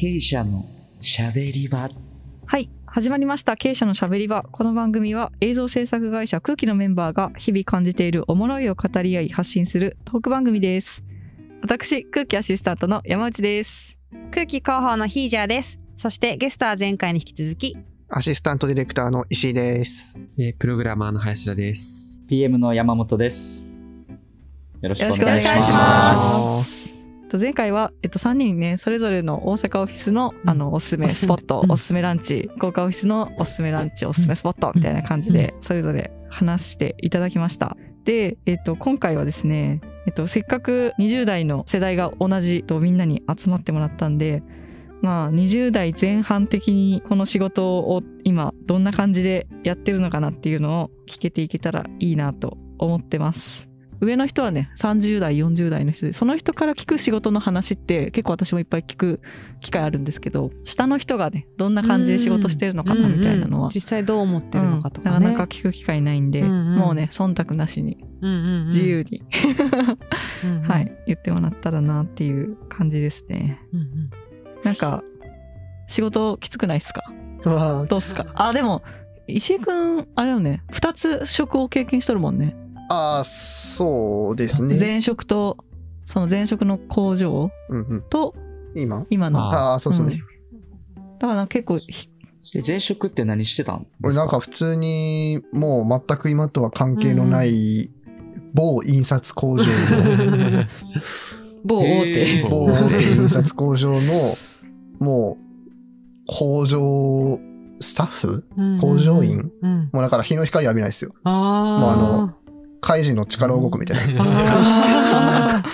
経営者のしゃべり場。 はい、始まりました経営者のしゃべり場。この番組は映像制作会社空気のメンバーが日々感じているおもろいを語り合い発信するトーク番組です。私、空気アシスタントの山内です。 空気広報のヒージャーです。そしてゲストは前回に引き続きアシスタントディレクターの石井です。 プログラマーの林田です。 PM の山本です。よろしくお願いしよろしくお願いしま。 ます前回は、3人ねそれぞれの大阪オフィスの、おすすめスポット、おすすめランチ、福岡オフィスのおすすめランチ、おすすめスポットみたいな感じでそれぞれ話していただきました。で、今回はですね、せっかく20代の世代が同じとみんなに集まってもらったんで、まあ20代前半的にこの仕事を今どんな感じでやってるのかなっていうのを聞けていけたらいいなと思ってます。上の人はね30代40代の人で、その人から聞く仕事の話って結構私もいっぱい聞く機会あるんですけど、下の人がねどんな感じで仕事してるのかなみたいなのは、 実際どう思ってるのかとかね、 なかなか聞く機会ないんで、もうね忖度なしに自由にはい言ってもらったらなっていう感じですね。なんか仕事きつくないですか？どうっすか？あ、でも石井くんあれよね、2つ職を経験しとるもんね。 そうですね。 前職とその前職の工場と今の、 そうそうね、 だから結構前職って何してたんですか？ 俺なんか普通にもう全く今とは関係のない某印刷工場の某大手印刷工場のもう工場スタッフ、工場員、もうだから日の光浴びないですよ。もうカイジの力動くみたいな。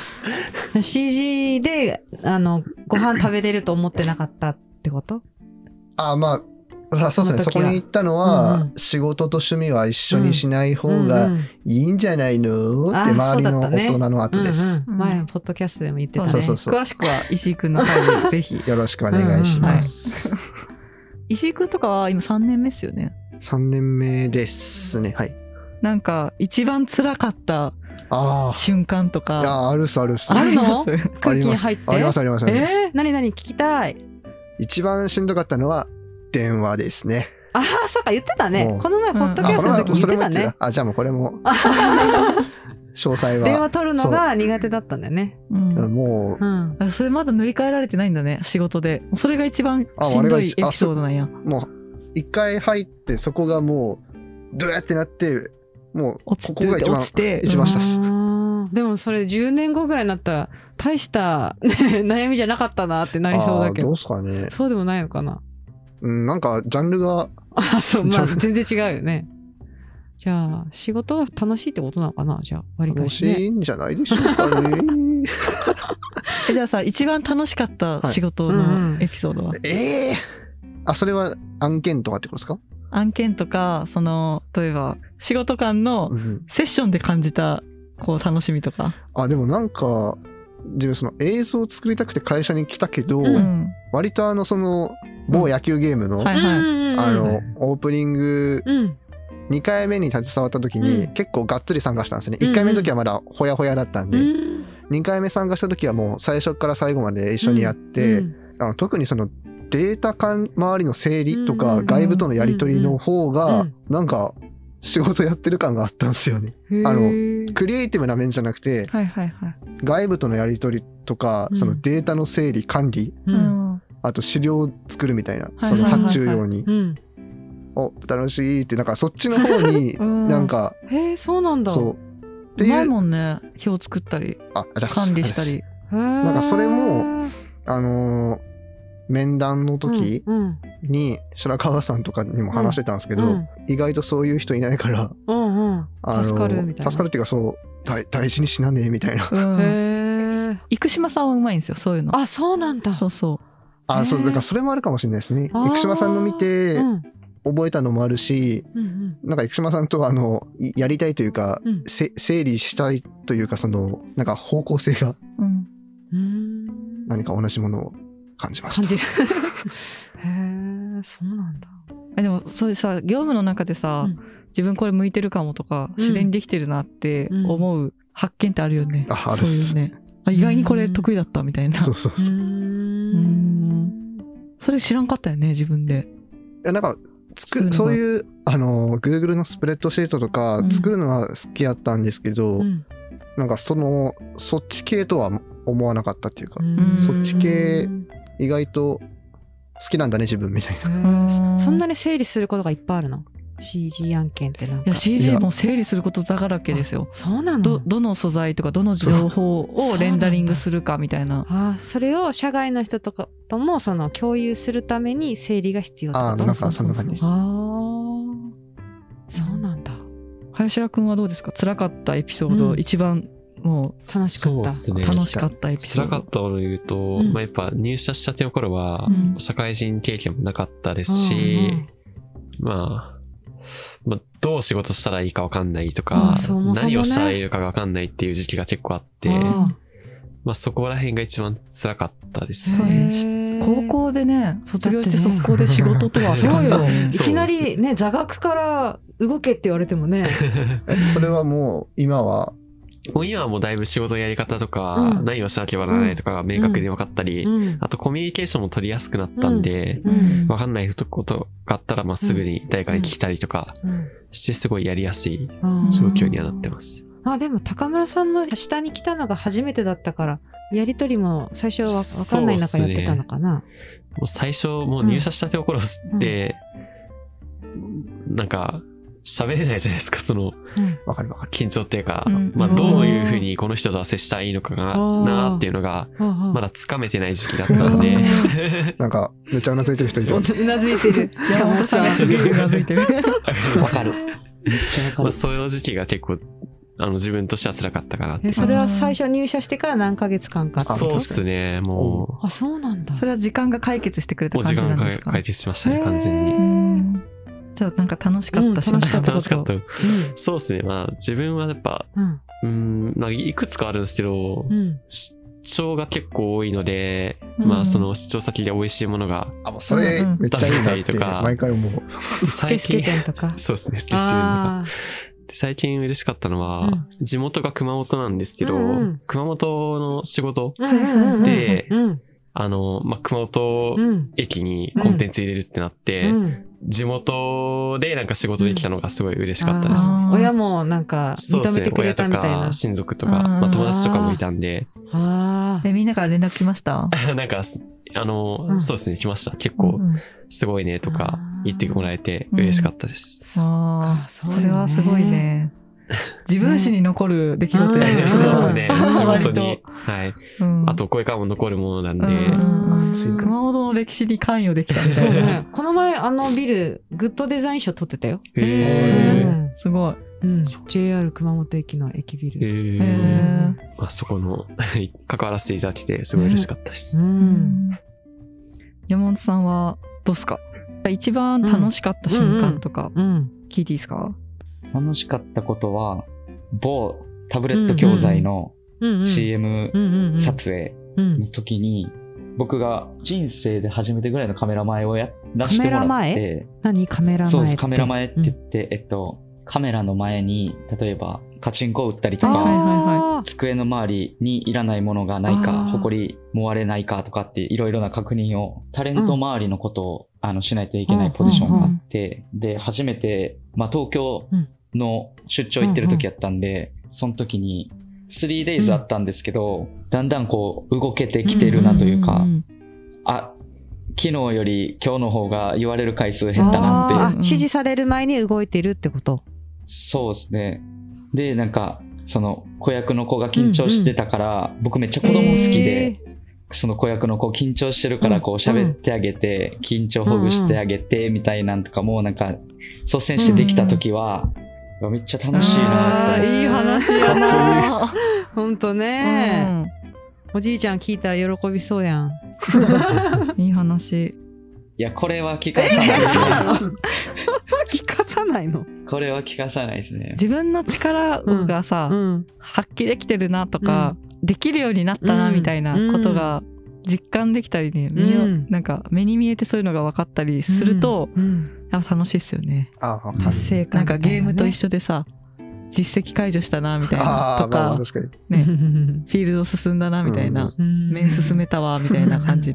CG でご飯食べれると思ってなかったってこと？ まあそうですね。そこに行ったのは、仕事と趣味は一緒にしない方がいいんじゃないのって周りの大人の圧です。 前のポッドキャストでも言ってたね。 詳しくは石井くんの回でぜひよろしくお願いします。 石井くんとかは今3年目ですよね。 3年目ですね。はい。 なんか一番辛かった瞬間とか。 いや、あるの？空気に入ってあります。 何聞きたい。 一番しんどかったのは電話ですね。 そうか言ってたね。この前ポッドキャストの時言ってたね。 じゃあもうこれも詳細は電話取るのが苦手だったんだよね。 もうそれまだ塗り替えられてないんだね、仕事で。それが一番しんどいエピソードなんや。 もう一回入ってそこがもうドゥーってなって、もうここが一番下です。 でもそれ10年後ぐらいになったら大した悩みじゃなかったなってなりそうだけど。 どうすかね。 そうでもないのかな。 なんかジャンルが全然違うよね。じゃあ仕事は楽しいってことなのかな。じゃあ割りかしね。 楽しいんじゃないでしょうかね。 じゃあさ、一番楽しかった仕事のエピソードは？ それは案件とかってことですか？ 案件とか、例えば仕事間のセッションで感じた楽しみとか。 でもなんか自分その映像を作りたくて会社に来たけど、割とその某野球ゲームのオープニング2回目に携わった時に結構がっつり参加したんですね。1回目の時はまだほやほやだったんで、2回目参加した時はもう最初から最後まで一緒にやって、特にそのデータ周りの整理とか外部とのやり取りの方がなんか仕事やってる感があったんですよね。クリエイティブな面じゃなくて、外部とのやり取りとか、そのデータの整理管理、あと資料を作るみたいな、その発注用に、楽しいって、なんかそっちの方になんかそうなんだ。 うまいもんね、表作ったり管理したり。 なんかそれも面談の時に白川さんとかにも話してたんですけど、意外とそういう人いないから助かるみたいな。 助かるっていうか、大事にしなねみたいな。 生島さんはうまいんですよ、そういうの。 そうなんだ。 だからそれもあるかもしれないですね。生島さんの見て覚えたのもあるし、なんか生島さんとやりたいというか、整理したいというか、なんか方向性が何か同じものを感じました。 感じる。そうなんだ。 でもそれさ、業務の中でさ、自分これ向いてるかもとか、自然にできてるなって思う発見ってあるよね。 あるっす。 意外にこれ得意だったみたいな。 そう。 それ知らんかったよね、自分で。 いや、なんか、そういう、Google のスプレッドシートとか作るのは好きやったんですけど、なんかそっち系とは思わなかったっていうか、そっち系意外と好きなんだね、自分みたいな。 そんなに整理することがいっぱいあるの？ CG 案件ってなんか。 いや CG も整理することだらけですよ。 そうなの？ どの素材とかどの情報をレンダリングするかみたいな。 それを社外の人とかともその共有するために整理が必要ってこと？ なんかそんな感じです。 そうなんだ。 林田くんはどうですか？辛かったエピソード、一番もう楽しかった。 そうですね。 楽しかったエピソード。 辛かったものを言うと、やっぱ入社したての頃は、社会人経験もなかったですし、まあ、どう仕事したらいいか分かんないとか、何をしたらいいのか分かんないっていう時期が結構あって、そこら辺が一番辛かったですね。 高校でね、卒業して速攻で仕事とはそうよ。いきなりね、座学から動けって言われてもね。 それはもう今は今はもうだいぶ仕事のやり方とか、何をしなければならないとかが明確に分かったり、あとコミュニケーションも取りやすくなったんで、分かんないことがあったらすぐに誰かに聞いたりとかしてすごいやりやすい状況にはなってます。 でも高村さんも下に来たのが初めてだったからやりとりも最初は分かんない中やってたのかな。 もう最初もう入社したての頃ってなんか喋れないじゃないですか、その緊張っていうか、どういうふうにこの人とは接したらいいのかなっていうのがまだつかめてない時期だったんでなんかめっちゃうなずいてる人いる。 うなずいてる。 山本さんがすげえうなずいてる。 わかる。めっちゃわかる。 そういう時期が結構自分としては辛かったかなって。 それは最初入社してから何ヶ月間か。 そうっすね、もう。 そうなんだ。 それは時間が解決してくれた感じなんですか？ 時間が解決しましたね、完全に。 じゃあなんか楽しかったし、 楽しかった。そうですね。自分はやっぱ、いくつかあるんですけど、出張が結構多いので、その出張先で美味しいものがそれめっちゃいいなって毎回思う。 スケスケ店とか。 そうですね、スケスケ店とか。最近嬉しかったのは、地元が熊本なんですけど、熊本の仕事で、熊本駅にコンテンツ入れるってなって、地元でなんか仕事できたのがすごい嬉しかったです。 親もなんか認めてくれたみたいな。 親とか親族とか、友達とかもいたんで。 みんなから連絡来ました？ なんか、そうですね、来ました。結構、すごいねとか言ってもらえて嬉しかったです。 それはすごいね。自分史に残る出来事やね。 そうですね。地元に。はい。あと、これからも残るものなんで。 熊本の歴史に関与できたみたいな。 この前、ビル、グッドデザイン賞取ってたよ。 すごい。 JR 熊本駅の駅ビル。 そこの、関わらせていただけて、すごい嬉しかったです。 山本さんは、どうすか？一番楽しかった瞬間とか、聞いていいですか？ 楽しかったことは、某タブレット教材の CM 撮影の時に、僕が人生で初めてぐらいのカメラ前をやらせてもらって。 何カメラ前って？ そうです、カメラ前って言って、カメラの前に、例えばカチンコを打ったりとか、机の周りにいらないものがないか、埃も割れないかとかっていろいろな確認を、タレント周りのことをしないといけないポジションがあって、で、初めて、東京の出張行ってる時やったんで、その時に 3days あったんですけど、だんだんこう動けてきてるなというか、昨日より今日の方が言われる回数減ったなって。 指示される前に動いてるってこと？ そうですね。で、なんか、その子役の子が緊張してたから、僕めっちゃ子供好きで、その子役の子緊張してるからこう喋ってあげて、緊張ほぐしてあげてみたいなんとかもなんか率先してできた時は、めっちゃ楽しいなって。 いい話やな。 ほんとね。おじいちゃん聞いたら喜びそうやん。 いい話。 いや、これは聞かさないですね。 聞かさないの？ これは聞かさないですね。 自分の力がさ、発揮できてるなとか、できるようになったなみたいなことが実感できたりね、なんか目に見えてそういうのが分かったりすると、やっぱ楽しいですよね。 達成感。 なんかゲームと一緒でさ、実績解除したなみたいなとか、ね、フィールド進んだなみたいな、面進めたわみたいな感じで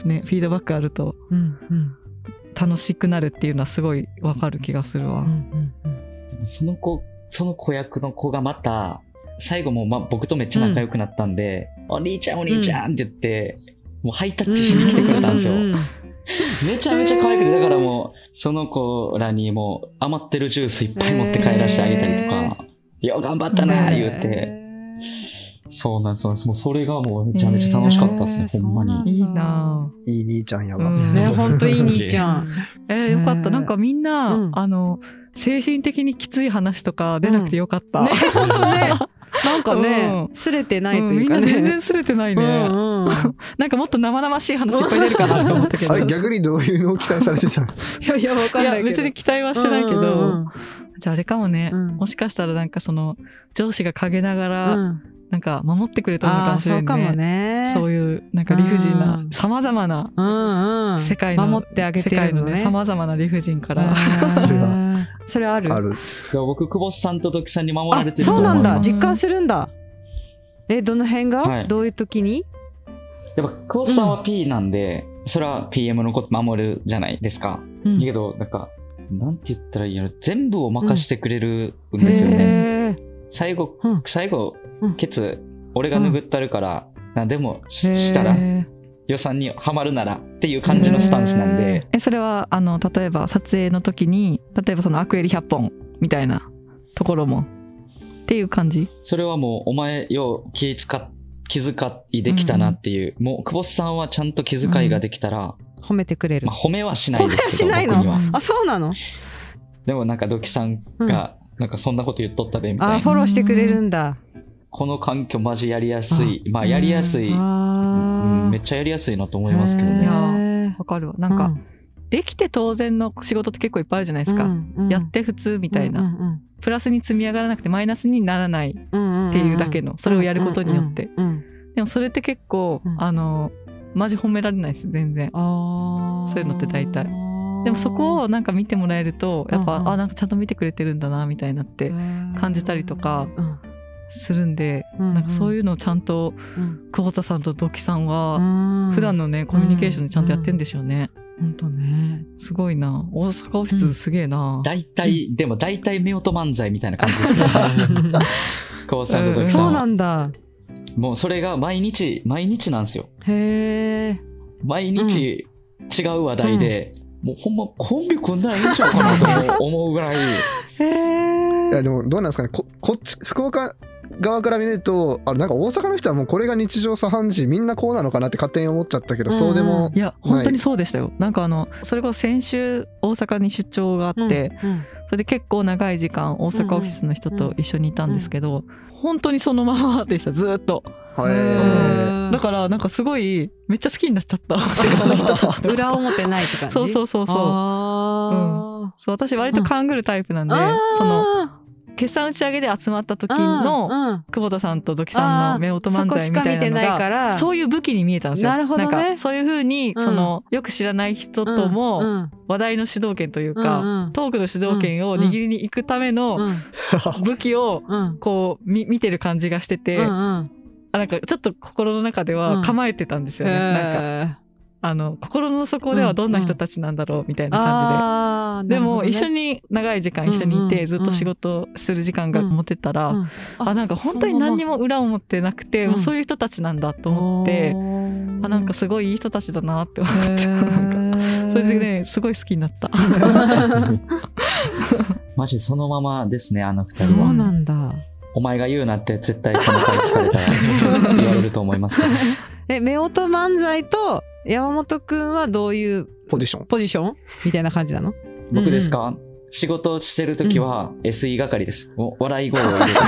ね、フィードバックあると楽しくなるっていうのはすごいわかる気がするわ。 でもその子役の子がまた最後も僕とめっちゃ仲良くなったんで、お兄ちゃんお兄ちゃんって言って、もうハイタッチしに来てくれたんですよ。めちゃめちゃ可愛くて、だからもうその子らにもう余ってるジュースいっぱい持って帰らせてあげたりとか、よ頑張ったな言って、そうなんですよ。もうそれがもうめちゃめちゃ楽しかったですね、ほんまに。 いいなぁ。 いい兄ちゃんやわ。 ね、ほんといい兄ちゃん。 よかった。なんかみんな、精神的にきつい話とか出なくてよかった。 ね、ほんとね。なんかね、すれてないというかね。 みんな全然すれてないね。なんかもっと生々しい話いっぱい出るかなと思ったけど。 逆にどういうのを期待されてたの？ いや、わかんないけど。 別に期待はしてないけど、じゃああれかもね、もしかしたらなんかその上司が陰ながら、なんか守ってくれたのかもしれないね。 そうかもね。 そういうなんか理不尽な様々な世界の守ってあげてるのね。 様々な理不尽から。 それある？ ある。 いや僕久保さんと土岐さんに守られてると思います。 そうなんだ。実感するんだ。どの辺が？どういう時に？ やっぱ久保さんは P なんで、それは PM のこと守るじゃないですか。だけどなんかなんて言ったらいいやろ、全部を任してくれるんですよね。最後ケツ俺が拭ったるから何でもしたら予算にはまるならっていう感じのスタンスなんで。 それは例えば撮影の時に例えばそのアクエリ100本みたいなところもっていう感じ？ それはもうお前よう気遣いできたなっていう、もう久保さんはちゃんと気遣いができたら、 褒めてくれる。 褒めはしないですけど、僕には。 あ、そうなの？ でもなんか土岐さんがなんかそんなこと言っとったでみたいな。 フォローしてくれるんだ。 この環境マジやりやすい。まあやりやすい。めっちゃやりやすいなと思いますけどね。 わかるわ。なんか、できて当然の仕事って結構いっぱいあるじゃないですか。やって普通みたいな。プラスに積み上がらなくてマイナスにならないっていうだけの、それをやることによって。でもそれって結構、マジ褒められないです、全然。そういうのって大体。でもそこをなんか見てもらえると、やっぱ、なんかちゃんと見てくれてるんだな、みたいなって感じたりとかするんで、なんかそういうのをちゃんと、久保田さんと土岐さんは、普段のね、コミュニケーションでちゃんとやってんでしょうね。 本当ね。 すごいな。大阪オフィスすげえな。 でも大体夫婦漫才みたいな感じですけど、久保さんと土岐さんは。 そうなんだ。 もうそれが毎日なんですよ。 へー。 毎日違う話題で、もうほんまコンビ組んだらいいんちゃうかなと思うぐらい。 いやでもどうなんですかね、こっち福岡側から見るとなんか大阪の人はもうこれが日常茶飯事みんなこうなのかなって勝手に思っちゃったけど、そうでもない。 いや本当にそうでしたよ。なんかそれこそ先週大阪に出張があって、それで結構長い時間大阪オフィスの人と一緒にいたんですけど、本当にそのままでした、ずっと。だからなんかすごいめっちゃ好きになっちゃったの人たち裏表ないって感じ。 そう私割と勘ぐるタイプなんで、その決算打ち上げで集まった時の久保田さんと土岐さんの夫婦漫才みたいなのがそういう武器に見えたんですよ。 なるほどね。 なんかそういう風にそのよく知らない人とも話題の主導権というかトークの主導権を握りに行くための武器をこう見てる感じがしてて、なんかちょっと心の中では構えてたんですよね。なんか心の底ではどんな人たちなんだろうみたいな感じで。でも一緒に長い時間一緒にいてずっと仕事する時間が持てたら、なんか本当に何にも裏を持ってなくて、もうそういう人たちなんだと思って、なんかすごいいい人たちだなって思って、なんかそれでねすごい好きになった。 マジそのままですね、あの二人は。 そうなんだ。 お前が言うなって絶対この回聞かれたら言われると思いますけど。 夫婦漫才と山本くんはどういうポジションみたいな感じなの？ 僕ですか？仕事をしてるときは SE 係です。笑い声を上げる。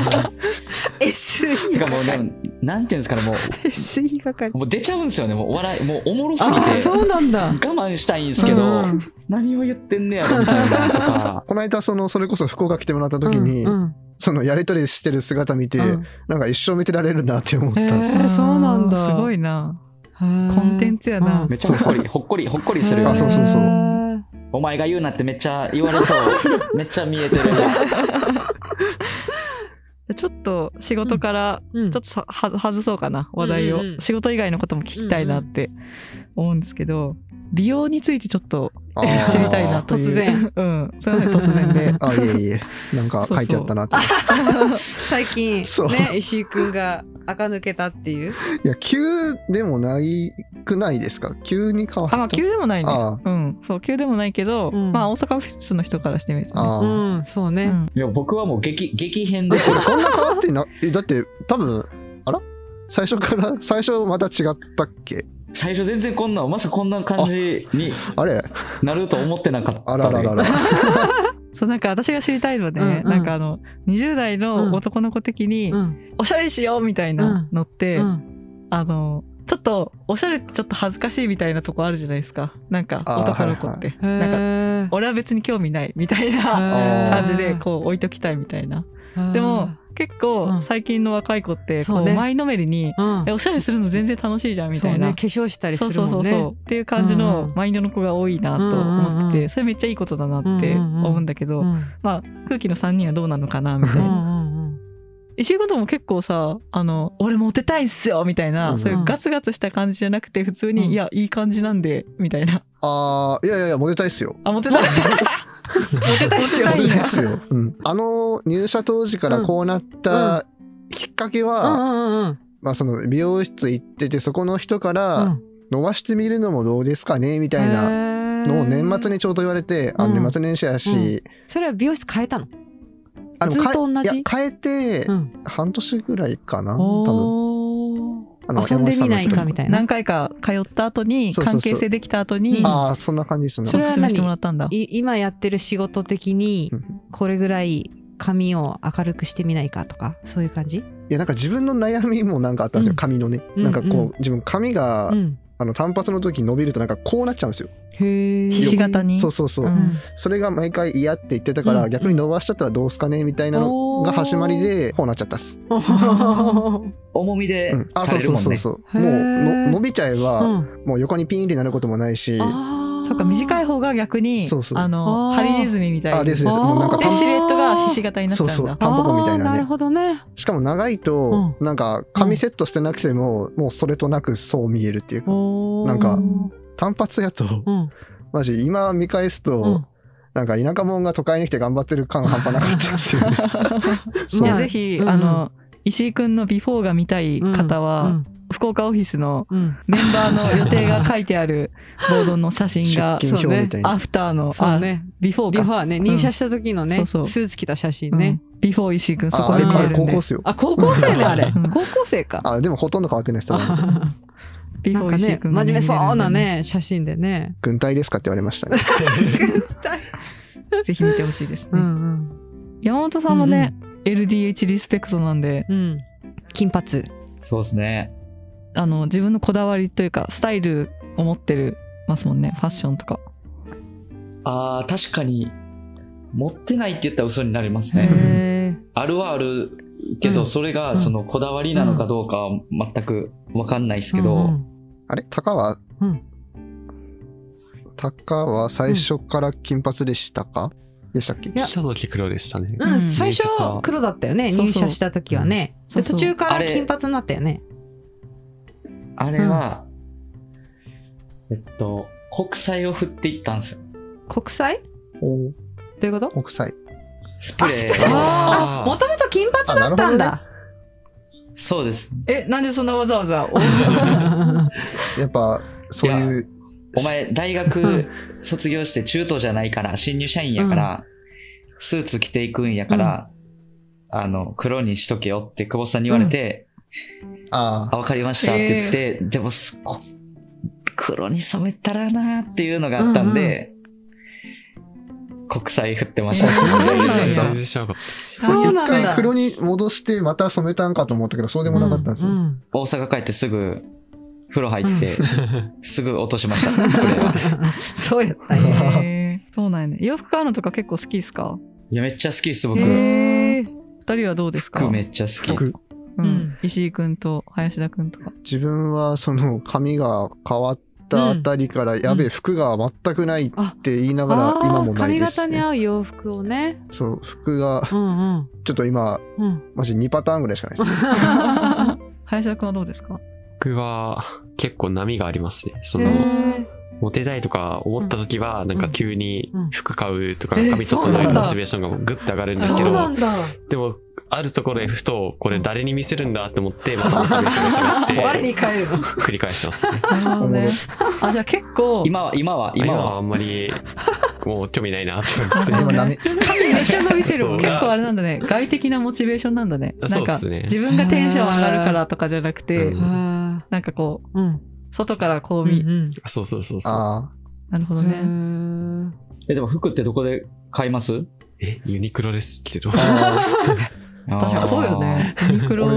SE てかもうなんていうんですかね、もう SE 係もう出ちゃうんですよね。もうもうおもろすぎてそうなんだ。 我慢したいんですけど、何を言ってんねやろみたいなとか。 この間それこそ福岡来てもらった時に、そのやり取りしてる姿見て、なんか一生見てられるなって思ったんです。 そうなんだ。 すごいな。コンテンツやな。 めっちゃほっこりする。 そう。 お前が言うなってめっちゃ言われそう。めっちゃ見えてる。 ちょっと仕事からちょっと外そうかな、話題を、仕事以外のことも聞きたいなって思うんですけど、美容についてちょっと知りたいなという。 突然。 うん。それは突然で。 いえ。なんか書いてあったなと。 最近、ね、石井くんが垢抜けたっていう。 いや、急でもないくないですか？急に変わった。 まあ、急でもないね。うん。そう、急でもないけど、まあ、大阪オフィスの人からしてみるとね。 うん、そうね。 いや、僕はもう激変ですよ。 そんな変わってだって多分、最初また違ったっけ？ 最初全然まさかこんな感じになると思ってなかった。 あらららら。 そう、なんか私が知りたいので、なんか20代の男の子的に、おしゃれしようみたいなのって、ちょっと、おしゃれってちょっと恥ずかしいみたいなとこあるじゃないですか。なんか、男の子って。なんか、俺は別に興味ないみたいな感じで、こう置いときたいみたいな。でも、結構最近の若い子ってこう前のめりにおしゃれするの全然楽しいじゃんみたいな、 化粧したりするもんね。 そうっていう感じのマインドの子が多いなと思ってて、それめっちゃいいことだなって思うんだけど、まあ空気の3人はどうなのかなみたいな。石井君とも結構さ、俺モテたいっすよみたいな、そういうガツガツした感じじゃなくて、普通にいやいい感じなんでみたいな。 いやモテたいっすよ。 モテたい。モテたいっすよ。 入社当時からこうなったきっかけは、まあその美容室行ってて、そこの人から伸ばしてみるのもどうですかねみたいなのを年末にちょうど言われて、年末年始やし、 それは美容室変えたの？ずっと同じ？ いや変えて半年ぐらいかな、多分。 遊んでみないかみたいな。 何回か通った後に、関係性できた後に、 そんな感じですね。 それは何してもらったんだ。 今やってる仕事的にこれぐらい髪を明るくしてみないかとか、そういう感じ？いや、なんか自分の悩みもなんかあったんですよ、髪のね。なんかこう自分髪が単発の時に伸びるとなんかこうなっちゃうんですよ。 ひし形に。 そう。それが毎回嫌って言ってたから、逆に伸ばしちゃったらどうすかねみたいなのが始まりでこうなっちゃったっす。 重みで変えるもんね。 そう。もう伸びちゃえばもう横にピーンってなることもないし。 そうか、短い方が逆にハリネズミみたいな。 です。もうなんかシルエットがひし形になっちゃうんだ。 そう、タンポポみたいなね。 なるほどね。 しかも長いとなんか髪セットしてなくてももうそれとなくそう見えるっていうか、なんか単発やとマジ今見返すとなんか田舎者が都会に来て頑張ってる感半端なかったですよね。 いや、ぜひ石井くんのビフォーが見たい方は、福岡オフィスのメンバーの予定が書いてあるボードの写真が、アフターの、ビフォーか。 ビフォーね、入社した時のね、スーツ着た写真ね。 ビフォー石井くん、そこで見れるんで。 高校っすよ。 高校生ね、あれ。高校生か。 でもほとんど変わってない人なんで。 ビフォー石井くんが真面目そうなね、写真でね。 軍隊ですかって言われましたね。 軍隊。 ぜひ見てほしいですね。山本さんもね、LDH リスペクトなんで、 金髪。 そうですね。 自分のこだわりというかスタイルを持ってるますもんね、ファッションとか。 確かに持ってないって言ったら嘘になりますね。あるはあるけど、それがそのこだわりなのかどうかは全く分かんないですけど、 あれタカは最初から金髪でしたか？でしたっけ？ 来た時黒でしたね。 最初黒だったよね、入社した時はね。途中から金髪になったよね。 あれは、国際を振っていったんですよ。 国際？どういうこと？ 国際。 スプレー。 もともと金髪だったんだ。 そうです。 なんでそんなわざわざやっぱ、そういう。 お前、大学卒業して中途じゃないから、新入社員やから、スーツ着ていくんやから、黒にしとけよって久保さんに言われて、わかりましたって言って、でも黒に染めたらなーっていうのがあったんで、国際振ってました。 全然知らなかった。 一回黒に戻してまた染めたんかと思ったけど、そうでもなかったんですよ。 大阪帰ってすぐ風呂入って、すぐ落としました、スプレーは。 そうやったね。 そうなんやね。洋服買うのとか結構好きですか？ いや、めっちゃ好きです、僕。 二人はどうですか？ 服めっちゃ好き。 石井くんと林田くんとか。 自分はその髪が変わったあたりから、やべえ、服が全くないって言いながら、今もないです、ね。 髪型に合う洋服をね。 そう、服が、ちょっと今、マジ2パターンぐらいしかないです。 林田君はどうですか？ 僕は結構波がありますね。モテたいとか思った時は、なんか急に服買うとか、髪整えるモチベーションがグッと上がるんですけど、でも、あるところでふと、これ誰に見せるんだって思って、またモチベーションが下がって、 我に返るの繰り返してますね。 なるほどね。あ、じゃあ結構、 今はあんまり、もう興味ないなって感じですね。 髪めっちゃ伸びてるもん。結構あれなんだね。外的なモチベーションなんだね。なんか、自分がテンション上がるからとかじゃなくて、なんかこう、外からこうそう。 なるほどね。 でも服ってどこで買います？ ユニクロですけど。 確かにそうよね。ユニクロ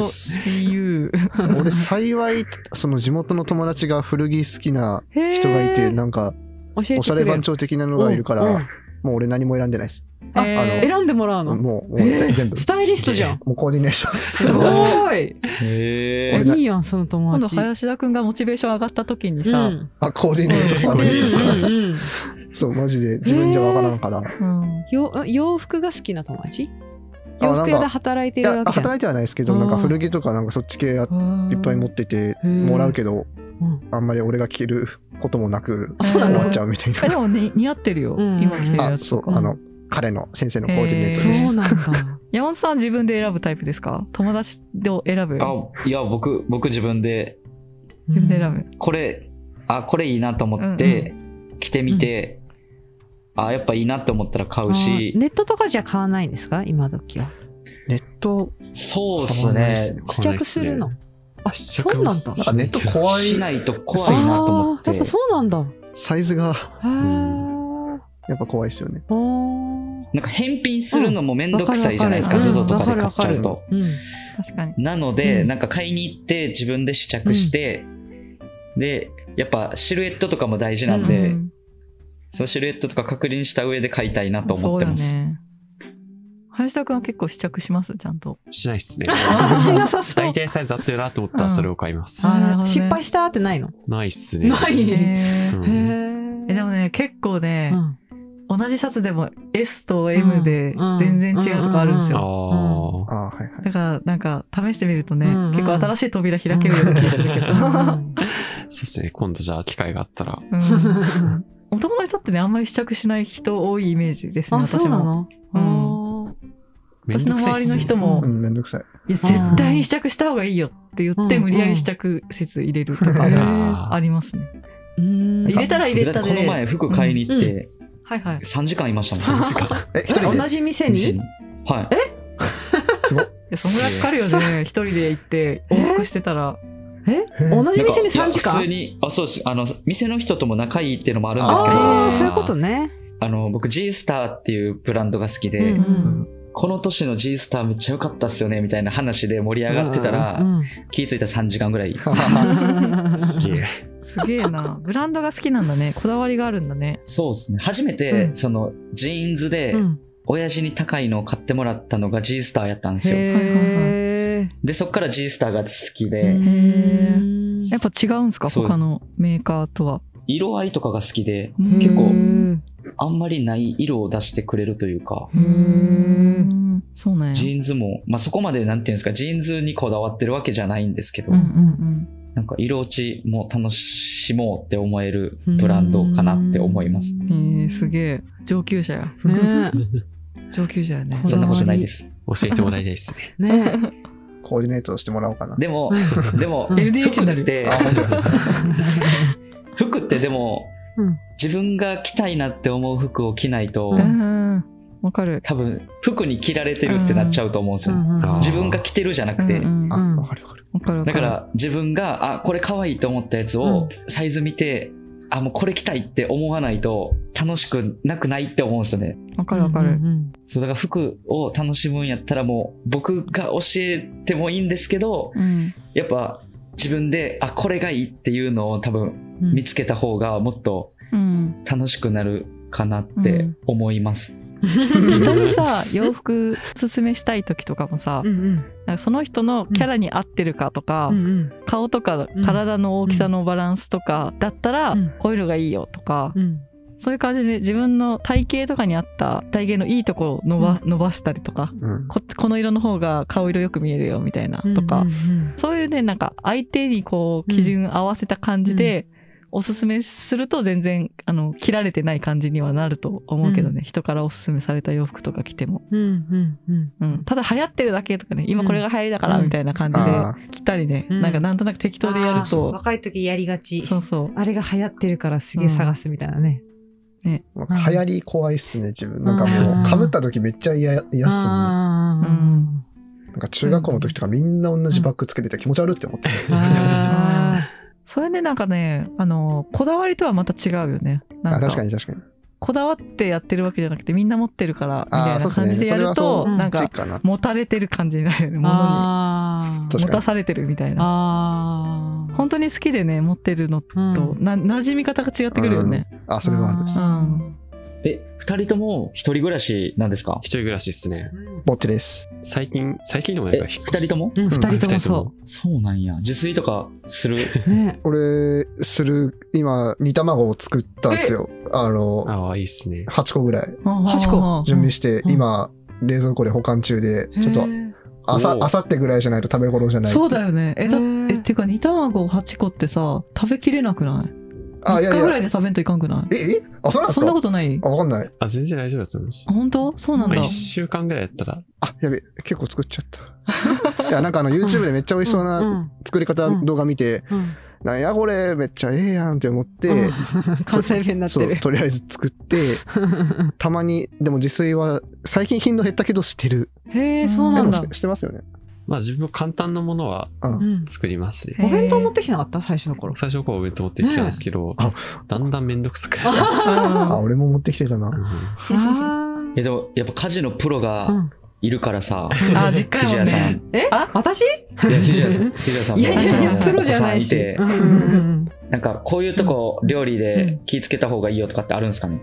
GU。 俺幸い、その地元の友達が古着好きな人がいて、なんか、おしゃれ番長的なのがいるから、もう俺何も選んでないです。 選んでもらうの？ もう全部。 スタイリストじゃん。 もうコーディネーション。 すごい。いいやん、その友達。 今度林田くんがモチベーション上がった時にさ、 コーディネートされるそう、マジで自分じゃわからんから。 洋服が好きな友達？洋服屋で働いてるわけじゃん。 働いてはないですけど、なんか古着とかなんかそっち系いっぱい持っててもらうけど、あんまり俺が着ることもなく終わっちゃうみたいな。 でも似合ってるよ、今着てるやつ。 そう、彼の先生のコーディネートです。 そうなんだ。 山本さんは自分で選ぶタイプですか？友達を選ぶ？ いや、僕自分で選ぶ。 これいいなと思って着てみて、やっぱいいなって思ったら買うし。 ネットとかじゃ買わないんですか？今時は。 ネット、 そうですね。 試着するの？そうなんだ。 ネット怖い。 しないと怖いなと思って。 やっぱそうなんだ。 サイズがやっぱ怖いですよね。 なんか返品するのもめんどくさいじゃないですか、ZOZOとかで買っちゃうと。 確かに。 なので、なんか買いに行って自分で試着して、で、やっぱシルエットとかも大事なんで、そのシルエットとか確認した上で買いたいなと思ってます。 そうよね。林田くんは結構試着します？ちゃんと。 しないっすね。 しなさそう。 大体サイズ合ってるなと思ったらそれを買います。 失敗したってないの？ ないっすね。 ない。 でもね、結構ね、同じシャツでも S と M で全然違うとこあるんですよ。だからなんか試してみるとね、結構新しい扉開けるような気がするけど。 そうですね。今度じゃあ機会があったら。 男の人ってね、あんまり試着しない人多いイメージですね。 私も。 私の周りの人も、 めんどくさい。 いや、絶対に試着した方がいいよって言って、無理やり試着説入れるとかがありますね。入れたら入れたで。 この前服買いに行って、3時間いましたもん。3時間。 一人で？ 同じ店に？ はい。 すごい。 そんぐらいかかるよね。一人で行って往復してたら。 同じ店に3時間？ 普通に、そうです。店の人とも仲いいっていうのもあるんですけど。 そういうことね。 僕 G スターっていうブランドが好きで、この年の G スターめっちゃ良かったっすよねみたいな話で盛り上がってたら、気づいたら3時間ぐらい。 すげえ。 すげえな。ブランドが好きなんだね。こだわりがあるんだね。 そうですね。初めて、そのジーンズで、親父に高いのを買ってもらったのが G スターやったんですよ。で、そっから G スターが好きで。 やっぱ違うんですか？他のメーカーとは。 色合いとかが好きで、結構、あんまりない色を出してくれるというか。 そうね。 ジーンズも、そこまでなんていうんですか、ジーンズにこだわってるわけじゃないんですけど、なんか色落ちも楽しもうって思えるブランドかなって思います。 すげえ。上級者や。上級者やね。 そんなことないです。 教えてもらいたいですね。 コーディネートしてもらおうかな。 でも、 LDH になる。 服ってでも、自分が着たいなって思う服を着ないと、 わかる。 多分、服に着られてるってなっちゃうと思うんですよ。自分が着てるじゃなくて。 わかるわかる。 だから自分が、これ可愛いと思ったやつをサイズ見て、もうこれ着たいって思わないと楽しくなくないって思うんですよね。 わかるわかる。 そうだから服を楽しむんやったらもう僕が教えてもいいんですけど、やっぱ自分でこれがいいっていうのを多分見つけた方がもっと楽しくなるかなって思います。 人にさ洋服おすすめしたい時とかもさ、なんかその人のキャラに合ってるかとか、顔とか体の大きさのバランスとかだったらこういうのがいいよとか、そういう感じで自分の体型とかに合った体型のいいところを伸ばしたりとか、この色の方が顔色よく見えるよみたいなとか、そういうねなんか相手にこう基準合わせた感じでおすすめすると全然切られてない感じにはなると思うけどね、人からおすすめされた洋服とか着ても、ただ流行ってるだけとかね、今これが流行りだからみたいな感じで着たりね、なんとなく適当でやると、 若い時やりがち。 そうそう、 あれが流行ってるからすげえ探すみたいなね。 ね、 流行り怖いっすね自分。なんかもう被った時めっちゃ嫌っすもんね。なんか中学校の時とかみんな同じバッグつけてて気持ち悪いって思ってそれでなんかね、こだわりとはまた違うよね。なんか確かに確かに。 こだわってやってるわけじゃなくてみんな持ってるからみたいな感じでやると、なんか持たれてる感じになるよね、物に持たされてるみたいな。本当に好きでね持ってるのと馴染み方が違ってくるよね。 それはある。 2人とも一人暮らしなんですか？ 一人暮らしですね。 ぼっちです。 最近でもないか、 2人とも？ 2人ともそうなんや。自炊とかする？ 俺今煮卵を作ったんですよ。 いいっすね。 8個ぐらい 8個準備して今冷蔵庫で保管中で、ちょっとあさってぐらいじゃないと食べ頃じゃない。 そうだよね。っていうか煮卵8個ってさ食べきれなくない？1回ぐらいで食べんといかんくない？ そうなんですか？ そんなことない？ わかんない。 全然大丈夫だと思います。 本当？そうなんだ。 1週間ぐらいやったら。 やべ、結構作っちゃった。いや、なんかYouTube でめっちゃ美味しそうな作り方動画見て、なんやこれめっちゃええやんって思って、 関西弁になってる。 とりあえず作って、たまに、でも自炊は最近頻度減ったけどしてる。 へえ、そうなんだ。 してますよね。 自分も簡単なものは作りますね。 お弁当持ってきてなかった？最初の頃。 最初の頃お弁当持ってきてたんですけど、だんだんめんどくさくなります。俺も持ってきてたな。 でもやっぱ家事のプロがいるからさ、 実家もね。 私？ いや、ひじやさんも。 いや、プロじゃないし。 なんかこういうとこ料理で気ぃつけた方がいいよとかってあるんですかね？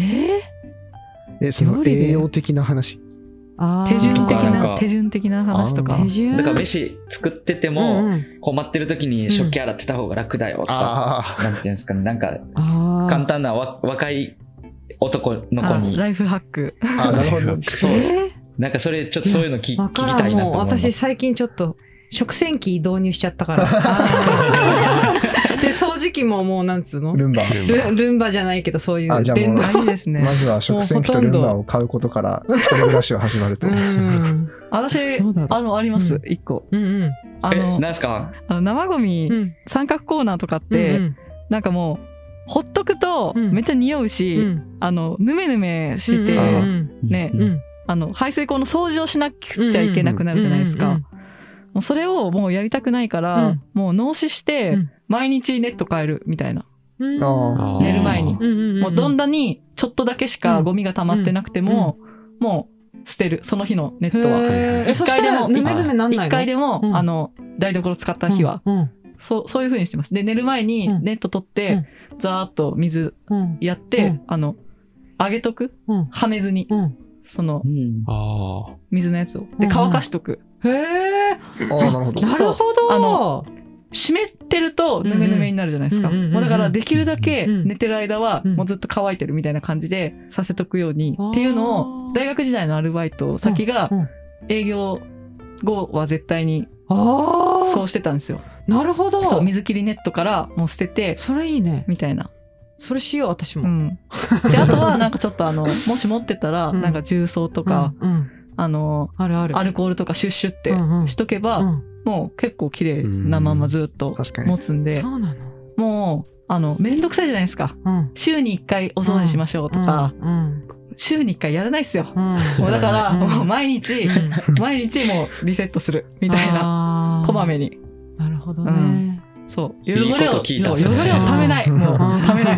その栄養的な話。 手順的な話とか。 だから飯作ってても困ってる時に食器洗ってた方が楽だよとか、なんていうんですかね、なんか簡単な若い男の子にライフハック。 なるほど。 そうです。なんかそれちょっとそういうの聞きたいなと思います。 私最近ちょっと食洗機導入しちゃったから。で掃除機ももうなんつうの？ルンバじゃないけどそういう電動いいですね。 まずは食洗機とルンバを買うことから一人暮らしは始まると。 私あります1個。 なんすか？ 生ゴミ三角コーナーとかってなんかもうほっとくとめっちゃ匂うし、ぬめぬめしてね、排水口の掃除をしなくちゃいけなくなるじゃないですか。もうそれをもうやりたくないから、もう納紙して毎日ネット変えるみたいな。寝る前に。もうどんなにちょっとだけしかゴミが溜まってなくても、もう捨てる。その日のネットは。 そしたらぬめぬめなんないの？ 一回でも、台所使った日は。そういう風にしてます。で、寝る前にネット取って、ざーっと水やって、あげとく。はめずに。その、水のやつを。で、乾かしとく。 へえ。 なるほど。 なるほど。 湿ってるとぬめぬめになるじゃないですか。もうだからできるだけ寝てる間はもうずっと乾いてるみたいな感じでさせとくようにっていうのを大学時代のアルバイト先が営業後は絶対にそうしてたんですよ。 なるほど。 そう、水切りネットからもう捨てて、 それいいねみたいな。 それしよう私も。 であとはなんかちょっともし持ってたらなんか重曹とかアルコールとかシュッシュってしとけば、もう結構綺麗なままずっと持つんで、もうめんどくさいじゃないですか。週に1回お掃除しましょうとか、週に1回やらないっすよ。もうだからもう毎日もうリセットするみたいな、こまめに。 なるほどね。 そう、汚れをためない、もうためない。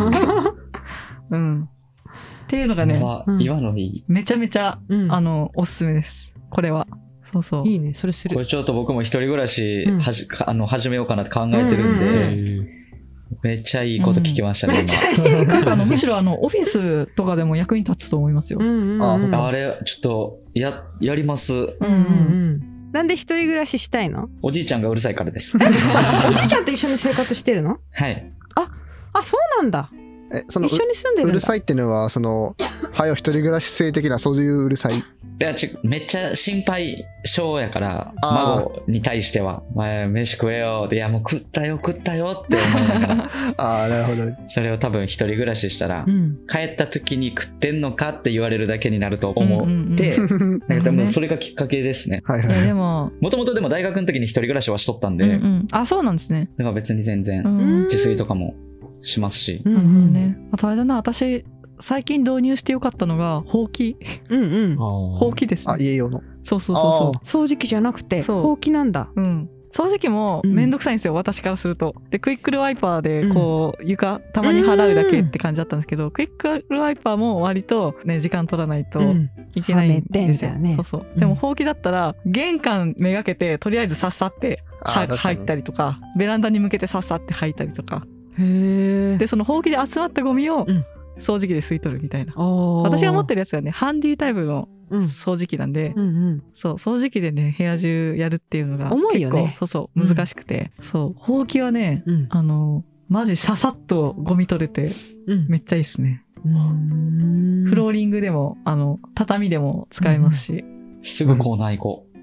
っていうのがね、 今のいい。 めちゃめちゃおすすめです。これは。そうそう。 いいね、それする。 これちょっと僕も一人暮らし始めようかなって考えてるんで、 めっちゃいいこと聞きましたね、 むしろオフィスとかでも役に立つと思いますよ。 あれ、ちょっと、やります。 なんで一人暮らししたいの？ おじいちゃんがうるさいからです。 おじいちゃんと一緒に生活してるの？ はい。 そうなんだ。一緒に住んでるんだ。 うるさいっていうのは、はよ一人暮らし性的な、そういううるさい。 いや、めっちゃ心配性やから、孫に対しては、飯食えよって、いや、もう食ったよって思いながら。 なるほど。 それを多分一人暮らししたら、帰った時に食ってんのかって言われるだけになると思って、多分それがきっかけですね。 でも、 もともとでも大学の時に一人暮らしはしとったんで、 そうなんですね。 だから別に全然、自炊とかもしますし。 あとあれだな、私、最近導入してよかったのがほうき。ほうきですね。 家用の。 そう。 掃除機じゃなくてほうきなんだ。掃除機もめんどくさいんですよ、私からすると。で、クイックルワイパーでこう床たまに払うだけって感じだったんですけど、クイックルワイパーも割とね時間取らないといけないんですよ。でもほうきだったら玄関めがけてとりあえずさっさって入ったりとか、ベランダに向けてさっさって入ったりとか。で、そのほうきで集まったゴミを掃除機で吸い取るみたいな。私が持ってるやつはね、ハンディタイプの掃除機なんで、掃除機でね、部屋中やるっていうのが重いよね。 難しくて。ほうきはね、マジささっとゴミ取れて、めっちゃいいっすね。フローリングでも、畳でも使えますし。 すぐコーナー行こう。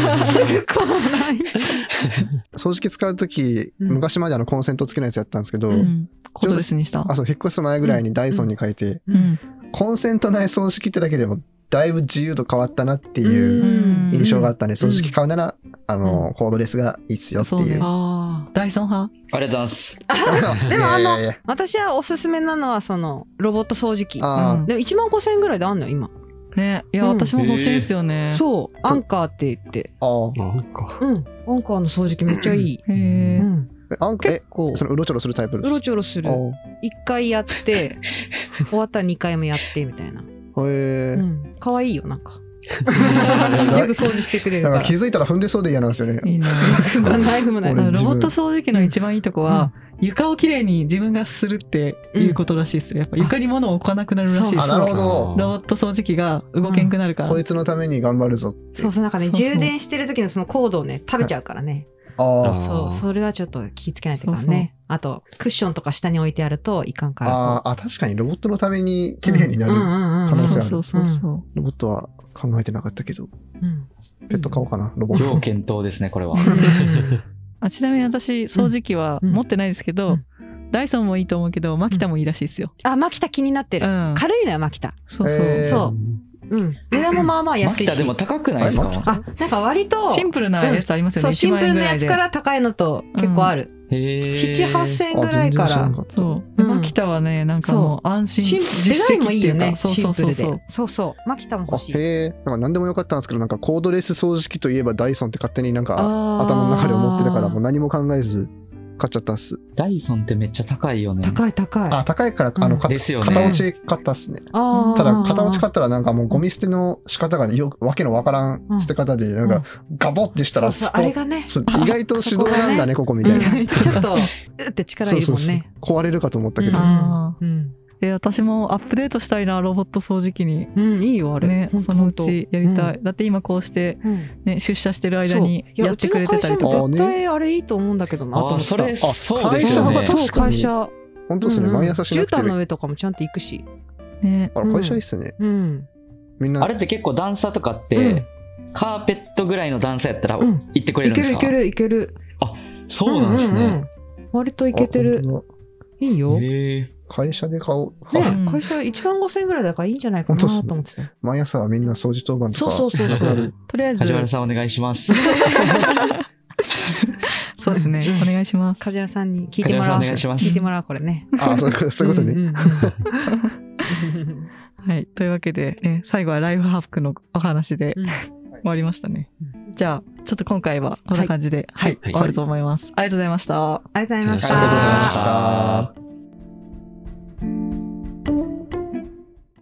掃除機使うとき、昔までコンセント付けのやつやったんですけど、 コードレスにした。 引っ越す前ぐらいにダイソンに変えて、コンセントない掃除機ってだけでもだいぶ自由度変わったなっていう印象があったんで、掃除機買うならコードレスがいいっすよっていう。 ダイソン派？ ありがとうございます。 でも私はおすすめなのはロボット掃除機。でも15000円ぐらいであんのよ今。 ね、いや、私も欲しいですよね。 そう、アンカーって言って。アンカーの掃除機めっちゃいい。 結構うろちょろするタイプです。 うろちょろする。1回やって終わったら2回もやってみたいな。可愛いよなんか。よく掃除してくれるから。 気づいたら踏んでそうで嫌なんですよね。いいな。 踏まない。 ロボット掃除機の一番いいとこは、床をきれいに自分がするっていうことらしいですよ。やっぱ床に物を置かなくなるらしいです。 なるほど。 ロボット掃除機が動けんくなるから。 こいつのために頑張るぞって。 そう、なんかね、充電してる時のそのコードをね、食べちゃうからね。それはちょっと気ぃつけないといけないね。あと、クッションとか下に置いてあるといかんから。 確かにロボットのために綺麗になる可能性ある。ロボットは考えてなかったけど。ペット買おうかな、ロボット。 要検討ですね、これは。 ちなみに私、掃除機は持ってないですけど、ダイソンもいいと思うけど、マキタもいいらしいですよ。 マキタ気になってる。軽いのよ、マキタ。そう。値段もまあまあ安いし。 マキタでも高くないですか？ なんか割とシンプルなやつありますよね。 シンプルなやつから高いのと結構ある。7、8000円ぐらいから。 そう。マキタはね、なんかもう安心。 デザインもいいよね。シンプルで。 そう。 マキタも欲しい。 なんか何でもよかったんですけど、なんかコードレス掃除機といえばダイソンって勝手になんか頭の中で思ってたから、もう何も考えず買っちゃったっす。 ダイソンってめっちゃ高いよね。 高い。 高いから、 ですよね。 片落ち買ったっすね。ただ、片落ち買ったらなんかもうゴミ捨ての仕方がね、わけのわからん捨て方で、なんか、ガボってしたら、 あれがね、 意外と手動なんだね、ここみたいな。 ちょっと、って力いるもんね。 壊れるかと思ったけど。 私もアップデートしたいな、ロボット掃除機に。 いいよ、あれ。 ね、そのうちやりたい。だって今こうして、ね、出社してる間にやってくれてたりとか。 うちの会社も絶対あれいいと思うんだけどなと思ってた。 そうですよね。 そう、会社。 本当ですね、毎朝しなくて。 絨毯の上とかもちゃんと行くし。 会社いいっすね。 みんな。あれって結構段差とかって、カーペットぐらいの段差やったら行ってくれるんですか？ いける。 あ、そうなんですね。 割といけてる。いいよ。 会社で買おう。 会社15000円ぐらいだからいいんじゃないかなと思ってた。 毎朝はみんな掃除当番とか。 そう。 とりあえず。 梶原さんお願いします。 そうですね。お願いします。 梶原さんに聞いてもらおう。聞いてもらおう、これね。 そういうことね。 はい。というわけで、最後はライフハックのお話で終わりましたね。じゃあ、ちょっと今回はこんな感じで、終わると思います。ありがとうございました。 ありがとうございました。 ありがとうございました。